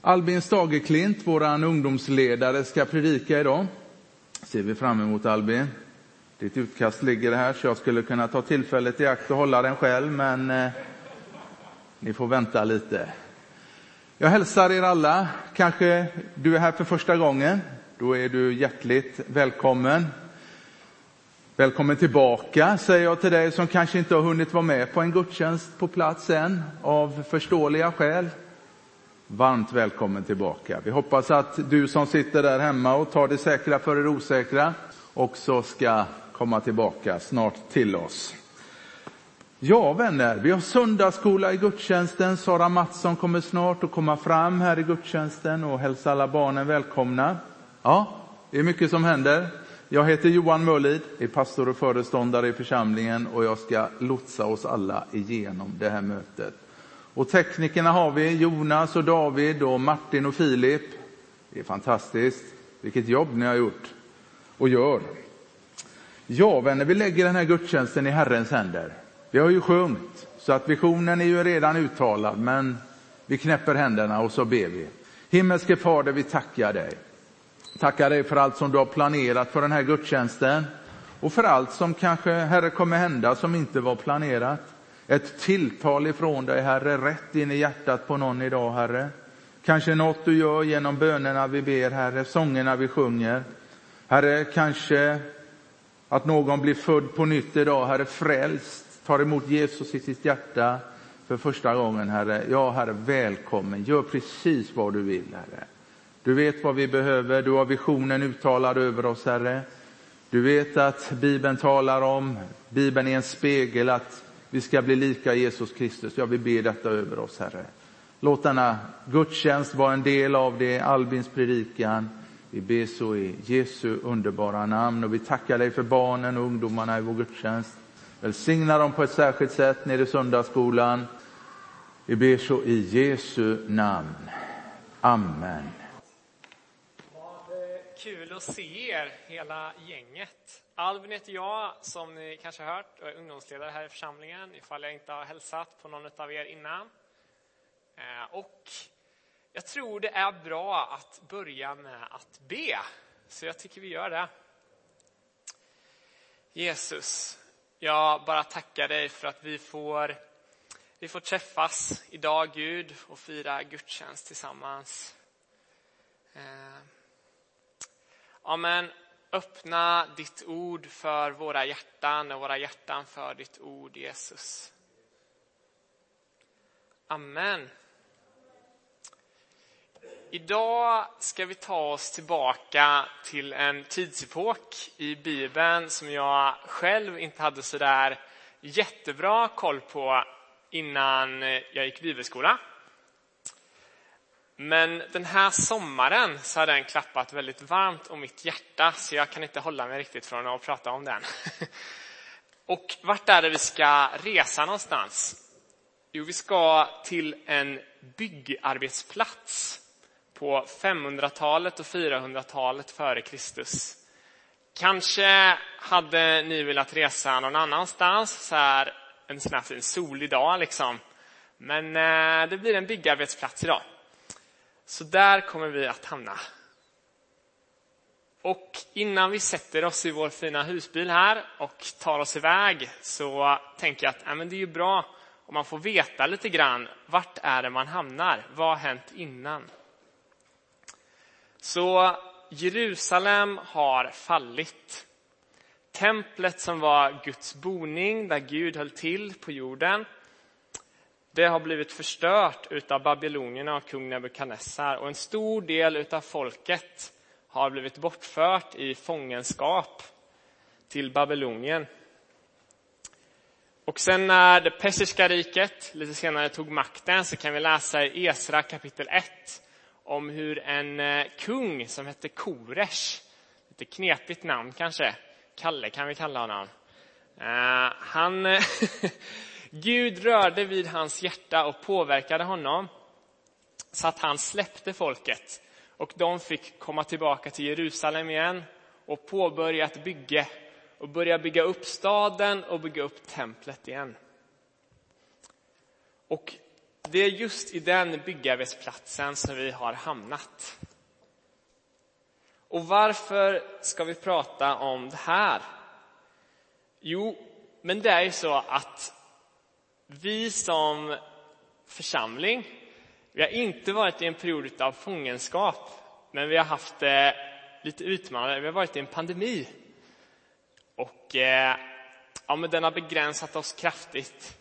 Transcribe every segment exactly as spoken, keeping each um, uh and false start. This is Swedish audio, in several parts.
Albin Stageklint, våran ungdomsledare, ska predika idag. Ser vi fram emot, Albin. Ditt utkast ligger här så jag skulle kunna ta tillfället i akt och hålla den själv, men eh, ni får vänta lite. Jag hälsar er alla. Kanske du är här för första gången. Då är du hjärtligt välkommen. Välkommen tillbaka, säger jag till dig som kanske inte har hunnit vara med på en gudstjänst på plats än, av förståeliga skäl. Varmt välkommen tillbaka. Vi hoppas att du som sitter där hemma och tar det säkra för det osäkra också ska komma tillbaka snart till oss. Ja, vänner, vi har söndagsskola i gudstjänsten. Sara Mattsson kommer snart att komma fram här i gudstjänsten och hälsa alla barnen välkomna. Ja, det är mycket som händer. Jag heter Johan Mörlid, är pastor och föreståndare i församlingen och jag ska lotsa oss alla igenom det här mötet. Och teknikerna har vi Jonas och David och Martin och Filip. Det är fantastiskt. Vilket jobb ni har gjort och gör. Ja, vänner, vi lägger den här gudstjänsten i Herrens händer. Vi har ju sjungit så att visionen är ju redan uttalad, men vi knäpper händerna och så ber vi. Himmelske Fader, vi tackar dig. Tackar dig för allt som du har planerat för den här gudstjänsten och för allt som kanske, Herre, kommer hända som inte var planerat. Ett tilltal ifrån dig, Herre, rätt in i hjärtat på någon idag, Herre. Kanske något du gör genom bönerna vi ber, Herre, sångerna vi sjunger. Herre, kanske att någon blir född på nytt idag, Herre, frälst, tar emot Jesus i sitt hjärta för första gången, Herre. Ja, Herre, välkommen. Gör precis vad du vill, Herre. Du vet vad vi behöver. Du har visionen uttalad över oss, Herre. Du vet att Bibeln talar om, Bibeln är en spegel, att vi ska bli lika Jesus Kristus. Ja, vi ber detta över oss, Herre. Låt denna gudstjänst vara en del av det, Albins predikan. Vi ber så i Jesu underbara namn. Och vi tackar dig för barnen och ungdomarna i vår gudstjänst. Välsigna dem på ett särskilt sätt nere i söndagsskolan. Vi ber så i Jesu namn. Amen. Kul att se er, hela gänget. Albin heter jag, som ni kanske har hört, och är ungdomsledare här i församlingen, ifall jag inte har hälsat på någon av er innan. Och jag tror det är bra att börja med att be, så jag tycker vi gör det. Jesus, jag bara tackar dig för att vi får, vi får träffas idag, Gud, och fira gudstjänst tillsammans. Amen. Öppna ditt ord för våra hjärtan och våra hjärtan för ditt ord, Jesus. Amen. Idag ska vi ta oss tillbaka till en tidsepok i Bibeln som jag själv inte hade så där jättebra koll på innan jag gick bibelskola. Men den här sommaren så har den klappat väldigt varmt om mitt hjärta, så jag kan inte hålla mig riktigt från att prata om den. Och vart är det vi ska resa någonstans? Jo, vi ska till en byggarbetsplats på femhundratalet och fyrahundratalet före Kristus. Kanske hade ni velat resa någon annanstans, så här en sån här fin solig dag liksom. Men eh, det blir en byggarbetsplats idag. Så där kommer vi att hamna. Och innan vi sätter oss i vår fina husbil här och tar oss iväg, så tänker jag att ja, men det är ju bra om man får veta lite grann vart är det man hamnar. Vad har hänt innan? Så Jerusalem har fallit. Templet som var Guds boning, där Gud höll till på jorden, det har blivit förstört utav babylonierna och kung Nebukadnessar. Och en stor del utav folket har blivit bortfört i fångenskap till Babylonien. Och sen när det persiska riket lite senare tog makten, så kan vi läsa i Esra kapitel ett om hur en kung som hette Koresh, lite knepigt namn kanske, Kalle kan vi kalla honom. Uh, han... Gud rörde vid hans hjärta och påverkade honom så att han släppte folket. Och de fick komma tillbaka till Jerusalem igen och påbörja ett bygge. Och börja bygga upp staden och bygga upp templet igen. Och det är just i den byggarbetsplatsen som vi har hamnat. Och varför ska vi prata om det här? Jo, men det är ju så att vi som församling, vi har inte varit i en period av fångenskap, men vi har haft eh, lite utmanande. Vi har varit i en pandemi. Och eh, ja, men den har begränsat oss kraftigt.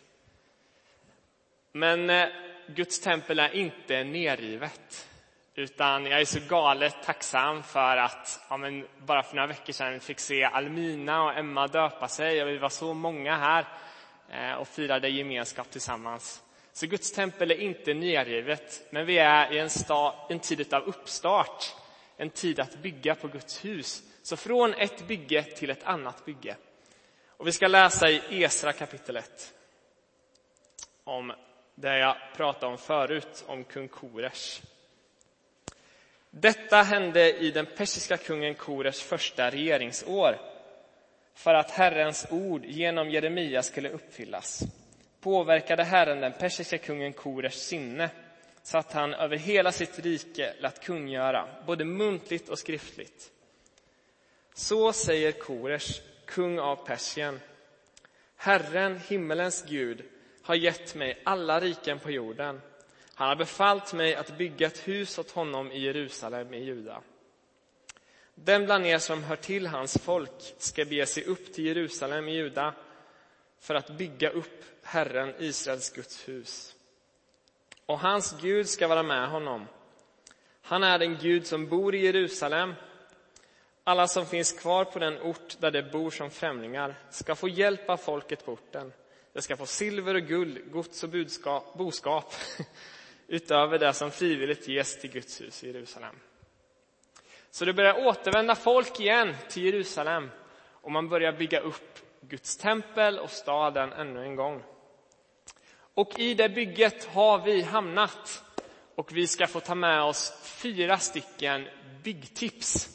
Men eh, Guds tempel är inte nerrivet. Utan jag är så galet tacksam för att ja, men bara för några veckor sedan fick se Almina och Emma döpa sig. Och vi var så många här eh, och firade gemenskap tillsammans. Så Guds tempel är inte nerrivet, men vi är i en, sta- en tid av uppstart. En tid att bygga på Guds hus. Så från ett bygge till ett annat bygge. Och vi ska läsa i Esra kapitel ett. Om det jag pratade om förut, om kung Koresh. Detta hände i den persiska kungen Koresh första regeringsår. För att Herrens ord genom Jeremia skulle uppfyllas. Påverkade Herren den persiska kungen Koresh sinne. Så att han över hela sitt rike lät kungöra, både muntligt och skriftligt. Så säger Koresh, kung av Persien. Herren, himmelens Gud, har gett mig alla riken på jorden. Han har befallt mig att bygga ett hus åt honom i Jerusalem i Juda. Den bland er som hör till hans folk ska bege sig upp till Jerusalem i Juda för att bygga upp Herren, Israels Guds hus. Och hans Gud ska vara med honom. Han är den Gud som bor i Jerusalem. Alla som finns kvar på den ort där de bor som främlingar ska få hjälp av folket på orten. De ska få silver och guld, gods och budskap, boskap utöver det som frivilligt ges till Guds hus i Jerusalem. Så det börjar återvända folk igen till Jerusalem och man börjar bygga upp Guds tempel och staden ännu en gång. Och i det bygget har vi hamnat och vi ska få ta med oss fyra stycken byggtips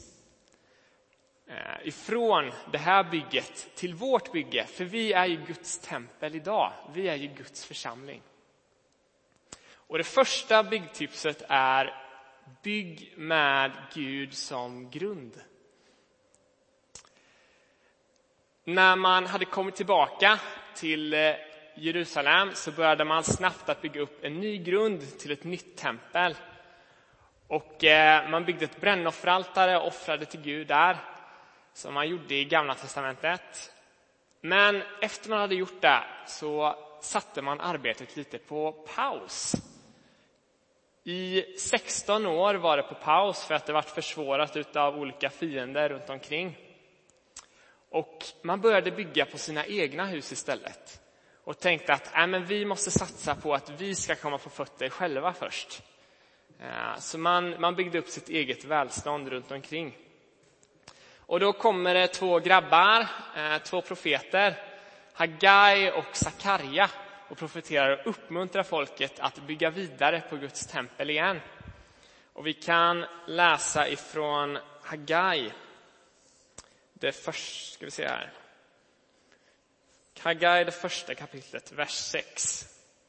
ifrån det här bygget till vårt bygge. För vi är ju Guds tempel idag. Vi är ju Guds församling. Och det första byggtipset är: bygg med Gud som grund. När man hade kommit tillbaka till Jerusalem så började man snabbt att bygga upp en ny grund till ett nytt tempel. Och man byggde ett brännofferaltare och offrade till Gud där, som man gjorde i Gamla testamentet. Men efter man hade gjort det så satte man arbetet lite på paus. I sexton år var det på paus för att det var försvårat av olika fiender runt omkring. Och man började bygga på sina egna hus istället. Och tänkte att äh, men vi måste satsa på att vi ska komma på fötter själva först. Så man, man byggde upp sitt eget välstånd runt omkring. Och då kommer det två grabbar, två profeter, Hagai och Sakarja, och profeterar och uppmuntrar folket att bygga vidare på Guds tempel igen. Och vi kan läsa ifrån Hagai. Det första, ska vi se här. Hagai, det första kapitlet, vers sex.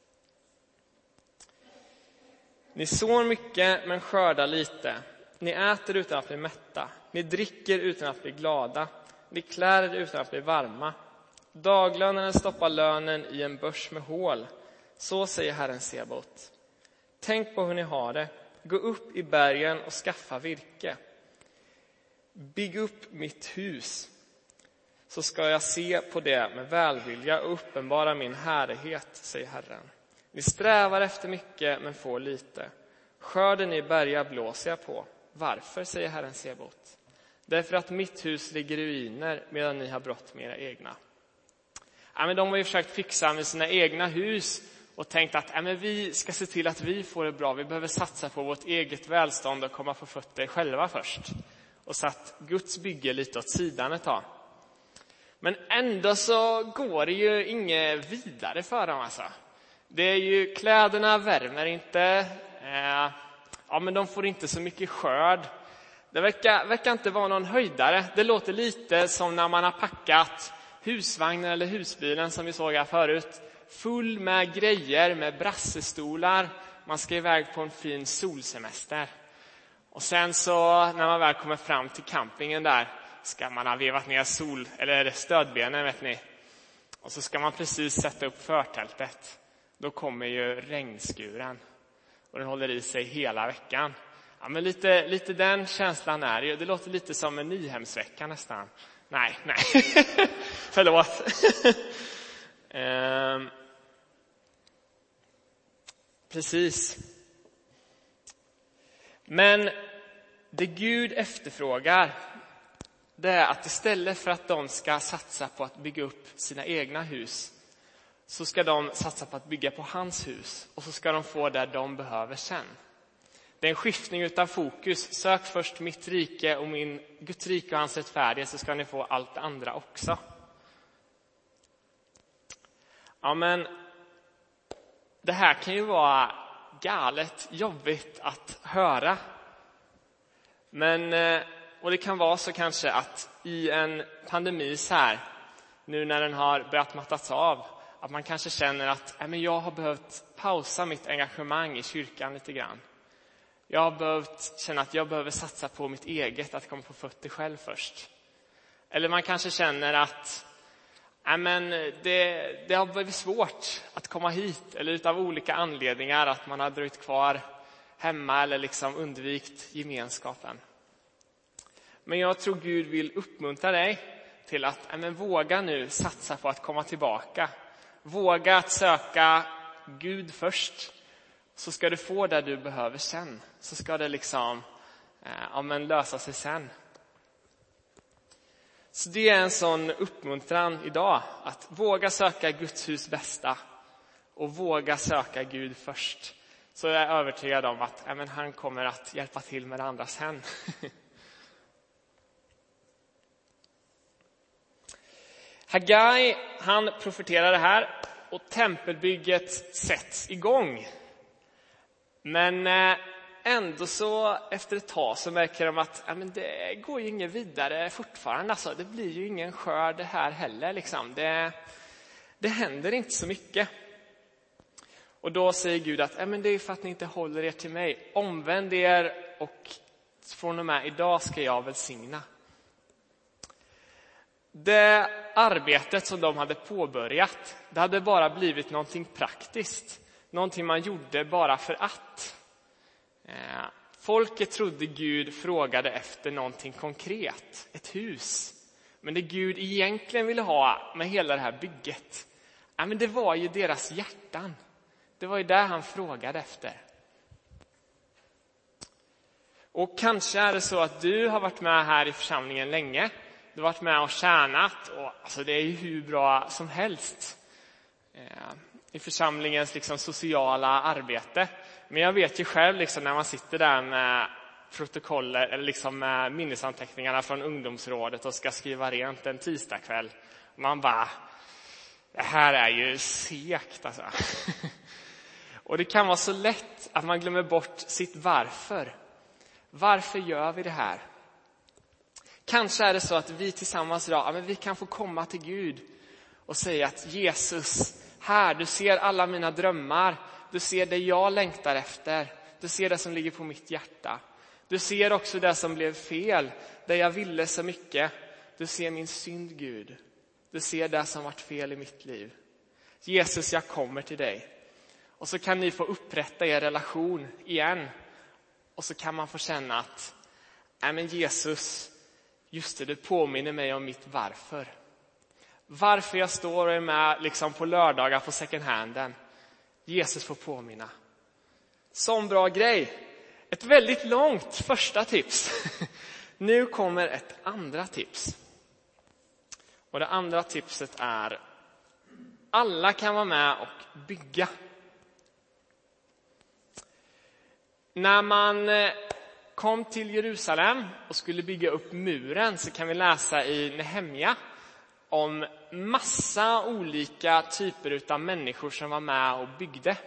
Ni sår mycket men skördar lite. Ni äter utan att bli mätta. Ni dricker utan att bli glada. Ni klär er utan att bli varma. Daglönaren stoppar lönen i en börs med hål. Så säger Herren Sebot. Tänk på hur ni har det. Gå upp i bergen och skaffa virke. Bygg upp mitt hus. Så ska jag se på det med välvilja och uppenbara min härlighet, säger Herren. Ni strävar efter mycket men får lite. Skörden i berga blåser jag på. Varför, säger Herren Sebot? Därför att mitt hus ligger i ruiner medan ni har brott med era egna. Ja, men de har ju försökt fixa med sina egna hus och tänkt att ja, men vi ska se till att vi får det bra. Vi behöver satsa på vårt eget välstånd och komma på fötter själva först. Och satt Guds bygge lite åt sidan ett tag. Men ändå så går det ju inget vidare för dem alltså. Det är ju, kläderna värmer inte. Eh, ja, men de får inte så mycket skörd. Det verkar, verkar inte vara någon höjdare. Det låter lite som när man har packat husvagnen eller husbilen som vi såg här förut. full med grejer, med brassestolar. Man ska iväg på en fin solsemester. Och sen så när man väl kommer fram till campingen där ska man ha vevat ner sol eller stödbenen, vet ni. Och så ska man precis sätta upp förtältet. Då kommer ju regnskuren. Och den håller i sig hela veckan. Ja, men lite, lite den känslan är det ju. Det låter lite som en Nyhemsvecka nästan. Nej, nej. Förlåt. ehm. Precis. Men det Gud efterfrågar, det är att istället för att de ska satsa på att bygga upp sina egna hus, så ska de satsa på att bygga på hans hus. Och så ska de få det de behöver sen. Det är en skiftning utan fokus. Sök först mitt rike och min Guds rike och hans rättfärdighet, så ska ni få allt det andra också. Ja, men det här kan ju vara galet jobbigt att höra. Men, och det kan vara så kanske att i en pandemi så här, nu när den har börjat mattats av, att man kanske känner att äh, men jag har behövt pausa mitt engagemang i kyrkan lite grann. Jag har behövt känna att jag behöver satsa på mitt eget, att komma på fötter själv först. Eller man kanske känner att äh, men det, det har blivit svårt att komma hit. Eller utav olika anledningar att man har dröjt kvar hemma eller liksom undvikt gemenskapen. Men jag tror Gud vill uppmuntra dig till att äh, men våga nu satsa på att komma tillbaka. Våga att söka Gud först. Så ska du få det du behöver sen. Så ska det liksom eh, ja, men lösa sig sen. Så det är en sån uppmuntran idag. Att våga söka Guds hus bästa. Och våga söka Gud först. Så jag är övertygad om att ja, men han kommer att hjälpa till med det andra sen. Hagai, han profeterar det här. Och tempelbygget sätts igång. Men ändå så efter ett tag så märker de att ja, men det går ju ingen vidare fortfarande. Alltså, det blir ju ingen skörd här heller. Liksom. Det, det händer inte så mycket. Och då säger Gud att ja, men det är för att ni inte håller er till mig. Omvänd er och från och med idag ska jag välsigna. Det arbetet som de hade påbörjat, det hade bara blivit någonting praktiskt. Någonting man gjorde bara för att. Eh, folket trodde Gud frågade efter någonting konkret. Ett hus. Men det Gud egentligen ville ha med hela det här bygget, ja, men det var ju deras hjärtan. Det var ju där han frågade efter. Och kanske är det så att du har varit med här i församlingen länge. Du har varit med och tjänat. Och, alltså, det är ju hur bra som helst. Eh, i församlingens liksom sociala arbete. Men jag vet ju själv liksom, när man sitter där med protokoller eller liksom med minnesanteckningarna från ungdomsrådet och ska skriva rent en tisdagkväll. Man bara, det här är ju segt alltså. Och det kan vara så lätt att man glömmer bort sitt varför. Varför gör vi det här? Kanske är det så att vi tillsammans idag, ja, men vi kan få komma till Gud och säga att Jesus, här, du ser alla mina drömmar. Du ser det jag längtar efter. Du ser det som ligger på mitt hjärta. Du ser också det som blev fel. Det jag ville så mycket. Du ser min synd, Gud. Du ser det som varit fel i mitt liv. Jesus, jag kommer till dig. Och så kan ni få upprätta er relation igen. Och så kan man få känna att nej men Jesus, just det, du påminner mig om mitt varför. Varför jag står och är med liksom på lördagar på second handen. Jesus får påminna. Sån bra grej. Ett väldigt långt första tips. Nu kommer ett andra tips. Och det andra tipset är: alla kan vara med och bygga. När man kom till Jerusalem och skulle bygga upp muren så kan vi läsa i Nehemja om massa olika typer av människor som var med och byggde.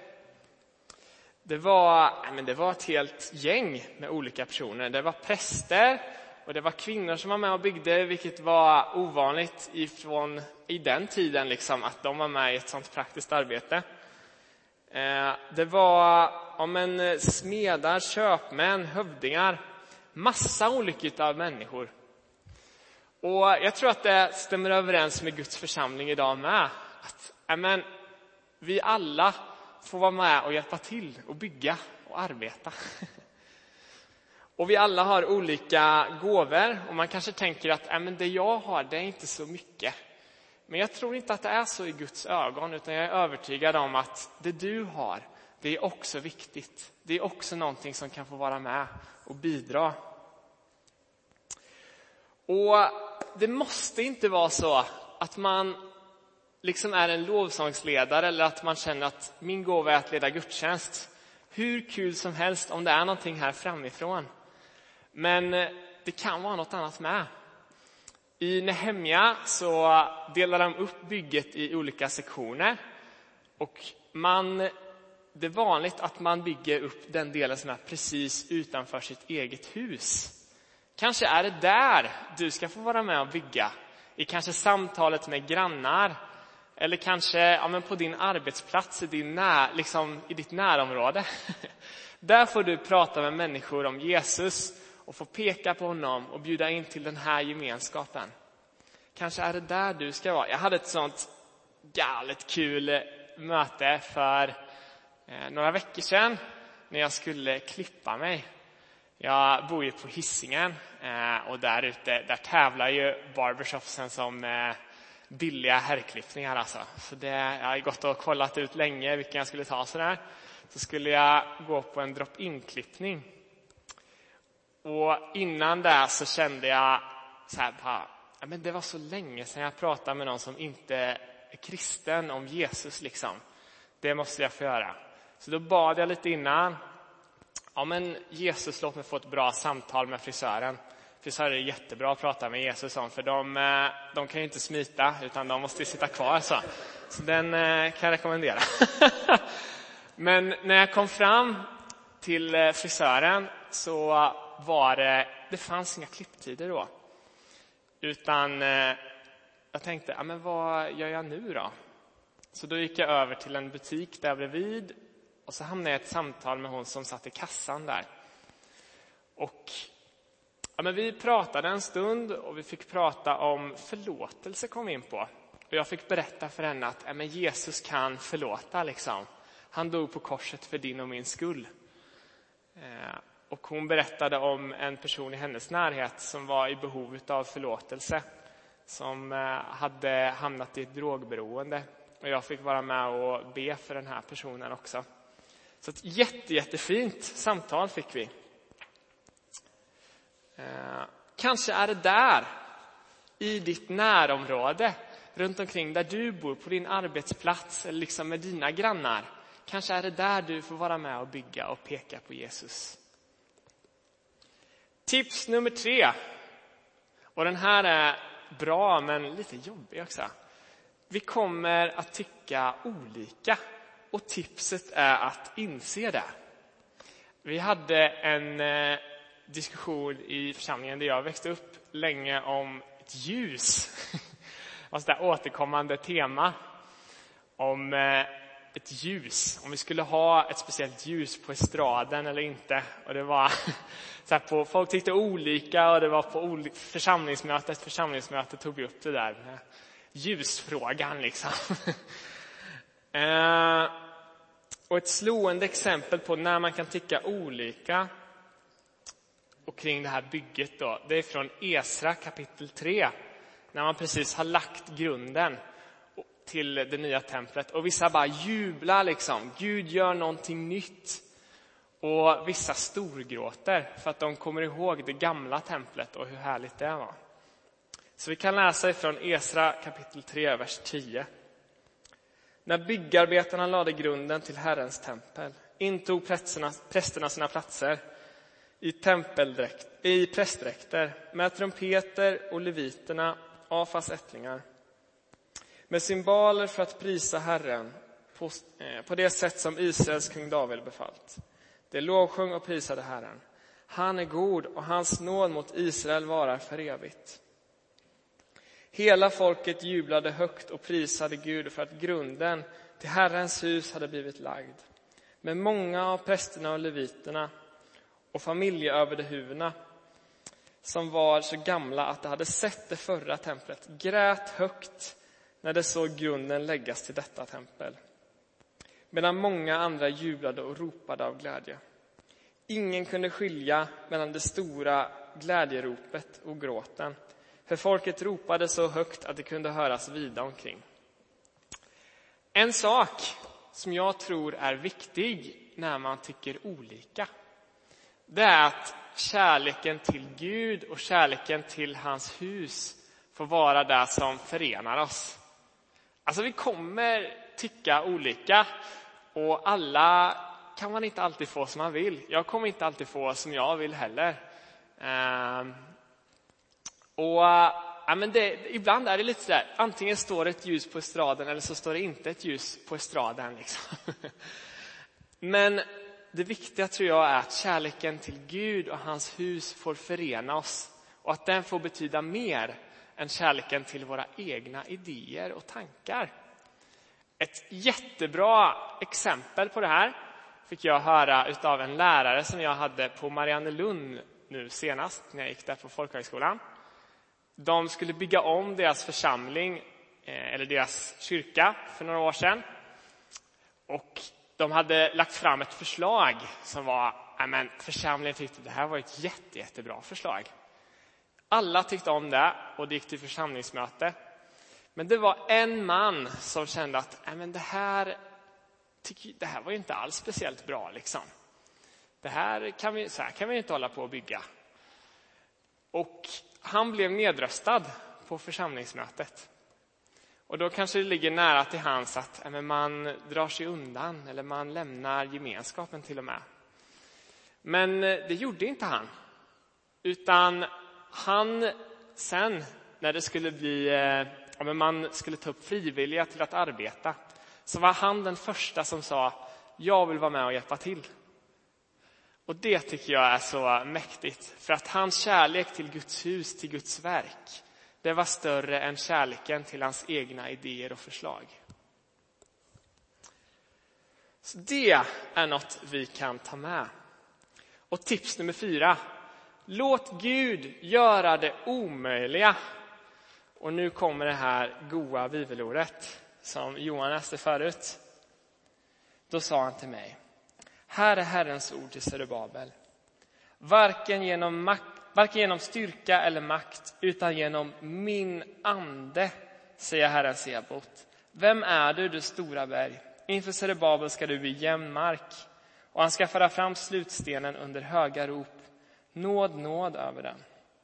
Det var, men det var ett helt gäng med olika personer. Det var präster Och det var kvinnor som var med och byggde, vilket var ovanligt ifrån, i den tiden liksom, att de var med i ett sånt praktiskt arbete. Det var om en smedar, köpmän, hövdingar, massa olika av människor. Och jag tror att det stämmer överens med Guds församling idag med. Att amen, vi alla får vara med och hjälpa till och bygga och arbeta. Och vi alla har olika gåvor. Och man kanske tänker att amen, det jag har, det är inte så mycket. Men jag tror inte att det är så i Guds ögon. Utan jag är övertygad om att det du har, det är också viktigt. Det är också någonting som kan få vara med och bidra. Och det måste inte vara så att man liksom är en lovsångsledare eller att man känner att min gåva är att leda gudstjänst. Hur kul som helst om det är någonting här framifrån. Men det kan vara något annat med. I Nehemja så delar de upp bygget i olika sektioner. Och man, det är vanligt att man bygger upp den delen som är precis utanför sitt eget hus. Kanske är det där du ska få vara med och bygga. I kanske samtalet med grannar. Eller kanske ja, men på din arbetsplats i, din när, liksom, i ditt närområde. Där får du prata med människor om Jesus. Och få peka på honom och bjuda in till den här gemenskapen. Kanske är det där du ska vara. Jag hade ett sånt galet kul möte för eh, några veckor sedan. När jag skulle klippa mig. Jag bor ju på Hisingen. Eh, och där ute, där tävlar ju barbershopsen som eh, billiga herrklippningar. Alltså. Så det, jag har gått och kollat ut länge vilken jag skulle ta sådär. Så skulle jag gå på en drop-in-klippning. Och innan det så kände jag så här, bara, ja, men det var så länge sedan jag pratade med någon som inte är kristen om Jesus liksom. Det måste jag få göra. Så då bad jag lite innan. Ja men Jesus, låt mig få ett bra samtal med frisören. Frisörer är jättebra att prata med Jesus om, för de, de kan ju inte smita utan de måste sitta kvar. Så, så den kan jag rekommendera. Men när jag kom fram till frisören så var det, det fanns inga klipptider då. Utan eh, jag tänkte, ja, men vad gör jag nu då? Så då gick jag över till en butik där bredvid. Och så hamnade jag i ett samtal med hon som satt i kassan där. Och ja, men vi pratade en stund och vi fick prata om förlåtelse kom in på. Och jag fick berätta för henne att ja, men Jesus kan förlåta liksom. Han dog på korset för din och min skull. Eh, Och hon berättade om en person i hennes närhet som var i behov av förlåtelse. Som hade hamnat i ett drogberoende. Och jag fick vara med och be för den här personen också. Så ett jätte, jättefint samtal fick vi. Eh, kanske är det där, i ditt närområde, runt omkring där du bor, på din arbetsplats eller liksom med dina grannar. Kanske är det där du får vara med och bygga och peka på Jesus. Tips nummer tre. Och den här är bra men lite jobbig också. Vi kommer att tycka olika. Och tipset är att inse det. Vi hade en eh, diskussion i församlingen där jag växte upp länge om ett ljus. Alltså det återkommande tema. Om eh, ett ljus. Om vi skulle ha ett speciellt ljus på estraden eller inte. Och det var... Så här på, folk tyckte olika och det var på olika församlingsmöte. Ett församlingsmöte tog vi upp det där. Ljusfrågan liksom. eh, och ett slående exempel på när man kan tycka olika. Och kring det här bygget då. Det är från Esra kapitel tre. När man precis har lagt grunden till det nya templet. Och vissa bara jublar liksom. Gud gör någonting nytt. Och vissa storgråter för att de kommer ihåg det gamla templet och hur härligt det var. Så vi kan läsa ifrån Esra kapitel tre, vers tio. När byggarbetarna lade grunden till Herrens tempel intog prästerna, prästerna sina platser i, tempeldräkt, i prästdräkter med trumpeter och leviterna, Afas ättlingar. Med cymbaler för att prisa Herren på, eh, på det sätt som Israels kung David befallt. Det lovsjöng och prisade Herren. Han är god och hans nåd mot Israel varar för evigt. Hela folket jublade högt och prisade Gud för att grunden till Herrens hus hade blivit lagd. Men många av prästerna och leviterna och familjeöverhuvudena som var så gamla att de hade sett det förra templet grät högt när de såg grunden läggas till detta tempel. Medan många andra jublade och ropade av glädje. Ingen kunde skilja mellan det stora glädjeropet och gråten. För folket ropade så högt att det kunde höras vida omkring. En sak som jag tror är viktig när man tycker olika, det är att kärleken till Gud och kärleken till hans hus får vara det som förenar oss. Alltså vi kommer tycka olika och alla kan man inte alltid få som man vill. Jag kommer inte alltid få som jag vill heller. Ehm, och ja, men det, ibland är det lite sådär, antingen står det ett ljus på estraden eller så står det inte ett ljus på estraden. Liksom. Men det viktiga tror jag är att kärleken till Gud och hans hus får förena oss. Och att den får betyda mer än kärleken till våra egna idéer och tankar. Ett jättebra exempel på det här fick jag höra utav en lärare som jag hade på Mariannelund nu senast när jag gick där på folkhögskolan. De skulle bygga om deras församling eller deras kyrka för några år sedan. Och de hade lagt fram ett förslag som var, ja men församlingen tyckte det här var ett jätte, jättebra förslag. Alla tyckte om det och det gick till församlingsmöte. Men det var en man som kände att ja men det här det här var ju inte alls speciellt bra liksom. Det här kan vi så här kan vi inte hålla på att bygga. Och han blev nedröstad på församlingsmötet. Och då kanske det ligger nära till hands att ja, men man drar sig undan eller man lämnar gemenskapen till och med. Men det gjorde inte han. Utan han sen när det skulle bli ja, men man skulle ta upp frivilliga till att arbeta, så var han den första som sa jag vill vara med och hjälpa till. Och det tycker jag är så mäktigt. För att hans kärlek till Guds hus, till Guds verk, det var större än kärleken till hans egna idéer och förslag. Så det är något vi kan ta med. Och tips nummer fyra. Låt Gud göra det omöjliga. Och nu kommer det här goa bibelordet som Johan läste förut. Då sa han till mig: här är Herrens ord till Zerubabel. Varken genom, makt, varken genom styrka eller makt, utan genom min ande, säger Herren Sebot. Vem är du, du stora berg? Inför Zerubabel ska du bli jämn mark. Och han ska föra fram slutstenen under höga rop. Nåd, nåd över den.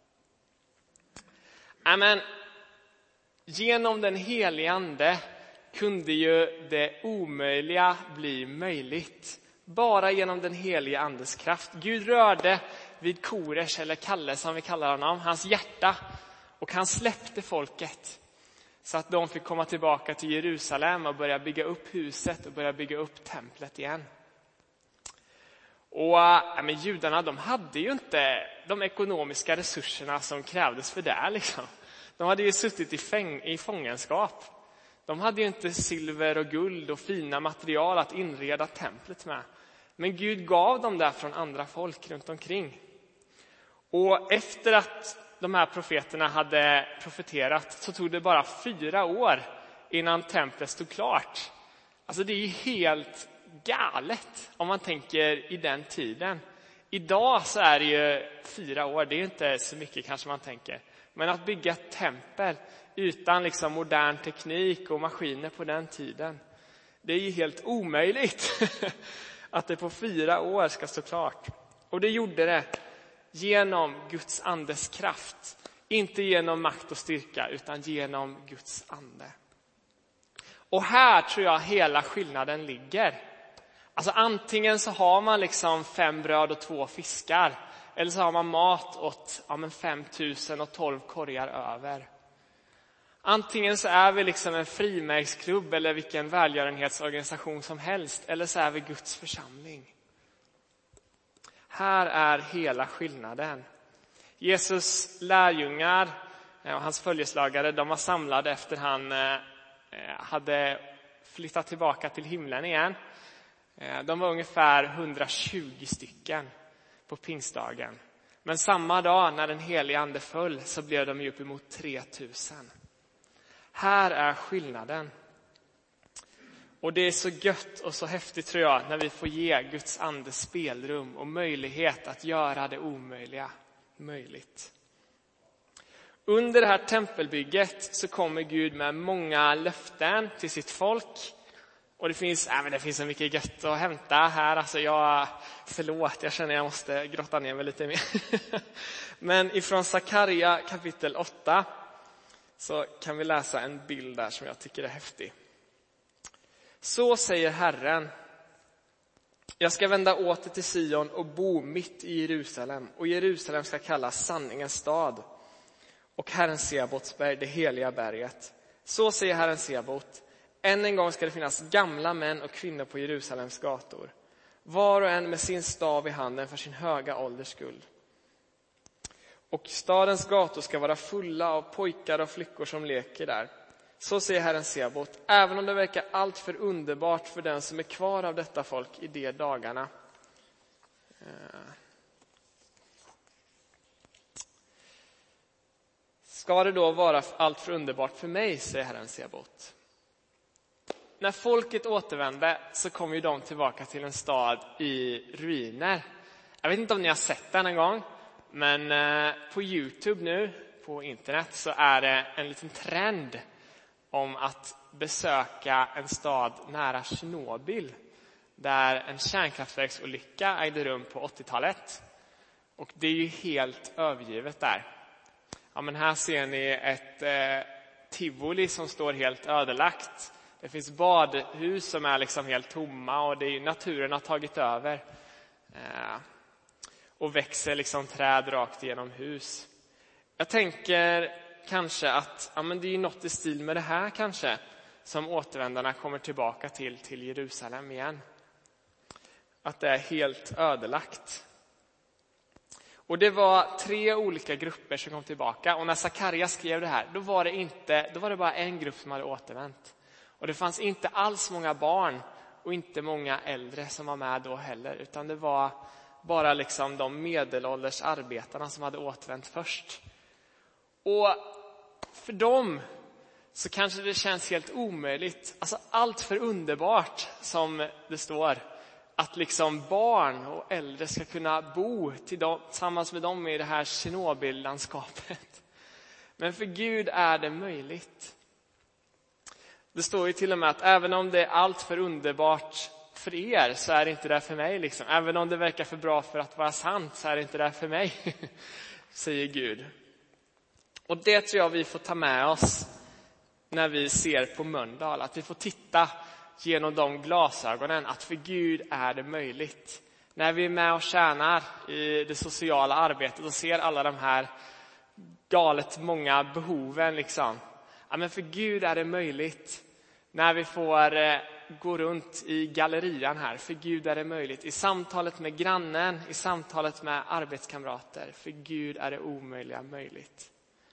Amen. Genom den helige ande kunde ju det omöjliga bli möjligt. Bara genom den helige andes kraft. Gud rörde vid Kores, eller Kalle som vi kallar honom, hans hjärta. Och han släppte folket. Så att de fick komma tillbaka till Jerusalem och börja bygga upp huset och börja bygga upp templet igen. Och ja, men judarna, de hade ju inte de ekonomiska resurserna som krävdes för det. Liksom. De hade ju suttit i, fäng- i fångenskap. De hade ju inte silver och guld och fina material att inreda templet med. Men Gud gav dem där från andra folk runt omkring. Och efter att de här profeterna hade profeterat så tog det bara fyra år innan templet stod klart. Alltså det är ju helt galet om man tänker i den tiden. Idag så är det ju fyra år, det är inte så mycket kanske man tänker. Men att bygga ett tempel utan liksom modern teknik och maskiner på den tiden, det är ju helt omöjligt att det på fyra år ska stå klart. Och det gjorde det genom Guds andes kraft. Inte genom makt och styrka utan genom Guds ande. Och här tror jag hela skillnaden ligger. Alltså antingen så har man liksom fem bröd och två fiskar. Eller så har man mat åt ja, men fem tusen och tolv korgar över. Antingen så är vi liksom en frimärksklubb eller vilken välgörenhetsorganisation som helst. Eller så är vi Guds församling. Här är hela skillnaden. Jesus lärjungar och hans följeslagare, de var samlade efter han hade flyttat tillbaka till himlen igen. De var ungefär hundratjugo stycken på pingstdagen. Men samma dag när den heliga ande föll så blev de ju uppemot tre tusen. Här är skillnaden. Och det är så gött och så häftigt tror jag när vi får ge Guds ande spelrum och möjlighet att göra det omöjliga möjligt. Under det här tempelbygget så kommer Gud med många löften till sitt folk. Och det finns, äh, men det finns så mycket gött att hämta här. Alltså jag, förlåt, jag känner jag måste grotta ner mig lite mer. Men ifrån Sakarja kapitel åtta så kan vi läsa en bild där som jag tycker är häftig. Så säger Herren: jag ska vända åter till Sion och bo mitt i Jerusalem. Och Jerusalem ska kallas sanningens stad. Och Herren Sebaotsberg, det heliga berget. Så säger Herren Sebaot: än en gång ska det finnas gamla män och kvinnor på Jerusalems gator. Var och en med sin stav i handen för sin höga ålders skull. Och stadens gator ska vara fulla av pojkar och flickor som leker där. Så säger Herren Sebaot: även om det verkar allt för underbart för den som är kvar av detta folk i de dagarna. Ska det då vara allt för underbart för mig, säger Herren Sebaot. När folket återvände så kom ju de tillbaka till en stad i ruiner. Jag vet inte om ni har sett den en gång, men på YouTube nu, på internet, så är det en liten trend om att besöka en stad nära Tjernobyl, där en kärnkraftverksolycka ägde rum på åttiotalet. Och det är ju helt övergivet där. Ja, men här ser ni ett eh, tivoli som står helt ödelagt. Det finns badhus som är liksom helt tomma och det är, naturen har tagit över. Eh, och växer liksom träd rakt igenom hus. Jag tänker kanske att ja, men det är något i stil med det här kanske som återvändarna kommer tillbaka till, till Jerusalem igen. Att det är helt ödelagt. Och det var tre olika grupper som kom tillbaka. Och när Sakarja skrev det här, då var det, inte, då var det bara en grupp som hade återvänt. Och det fanns inte alls många barn och inte många äldre som var med då heller. Utan det var bara liksom de medelålders arbetarna som hade återvänt först. Och för dem så kanske det känns helt omöjligt. Alltså allt för underbart som det står. Att liksom barn och äldre ska kunna bo tillsammans med dem i det här Tjernobyl-landskapet. Men för Gud är det möjligt. Det står ju till och med att även om det är allt för underbart för er så är det inte det för mig. Liksom. Även om det verkar för bra för att vara sant så är det inte det för mig, säger Gud. Och det tror jag vi får ta med oss när vi ser på Mölndal. Att vi får titta genom de glasögonen att för Gud är det möjligt. När vi är med och tjänar i det sociala arbetet och ser alla de här galet många behoven liksom. Ja, men för Gud är det möjligt. När vi får eh, gå runt i gallerian här, för Gud är det möjligt. I samtalet med grannen, i samtalet med arbetskamrater, för Gud är det omöjliga möjligt.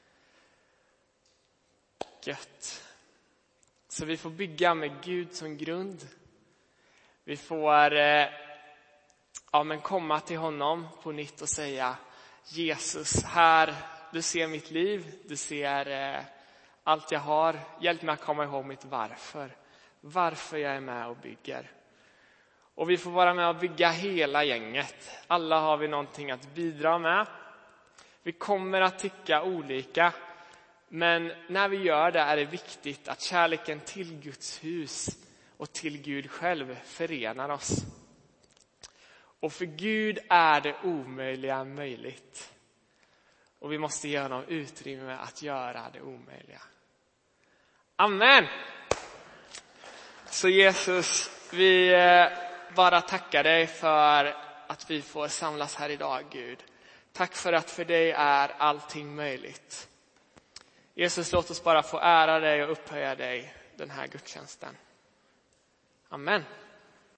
Gött. Så vi får bygga med Gud som grund. Vi får eh, ja, men komma till honom på nytt och säga: Jesus, här, du ser mitt liv, du ser eh, allt jag har. Hjälp mig att komma ihåg mitt varför. Varför jag är med och bygger. Och vi får vara med och bygga hela gänget. Alla har vi någonting att bidra med. Vi kommer att tycka olika. Men när vi gör det är det viktigt att kärleken till Guds hus och till Gud själv förenar oss. Och för Gud är det omöjliga möjligt. Och vi måste ge honom utrymme att göra det omöjliga. Amen! Så Jesus, vi bara tackar dig för att vi får samlas här idag, Gud. Tack för att för dig är allting möjligt. Jesus, låt oss bara få ära dig och upphöja dig den här gudstjänsten. Amen.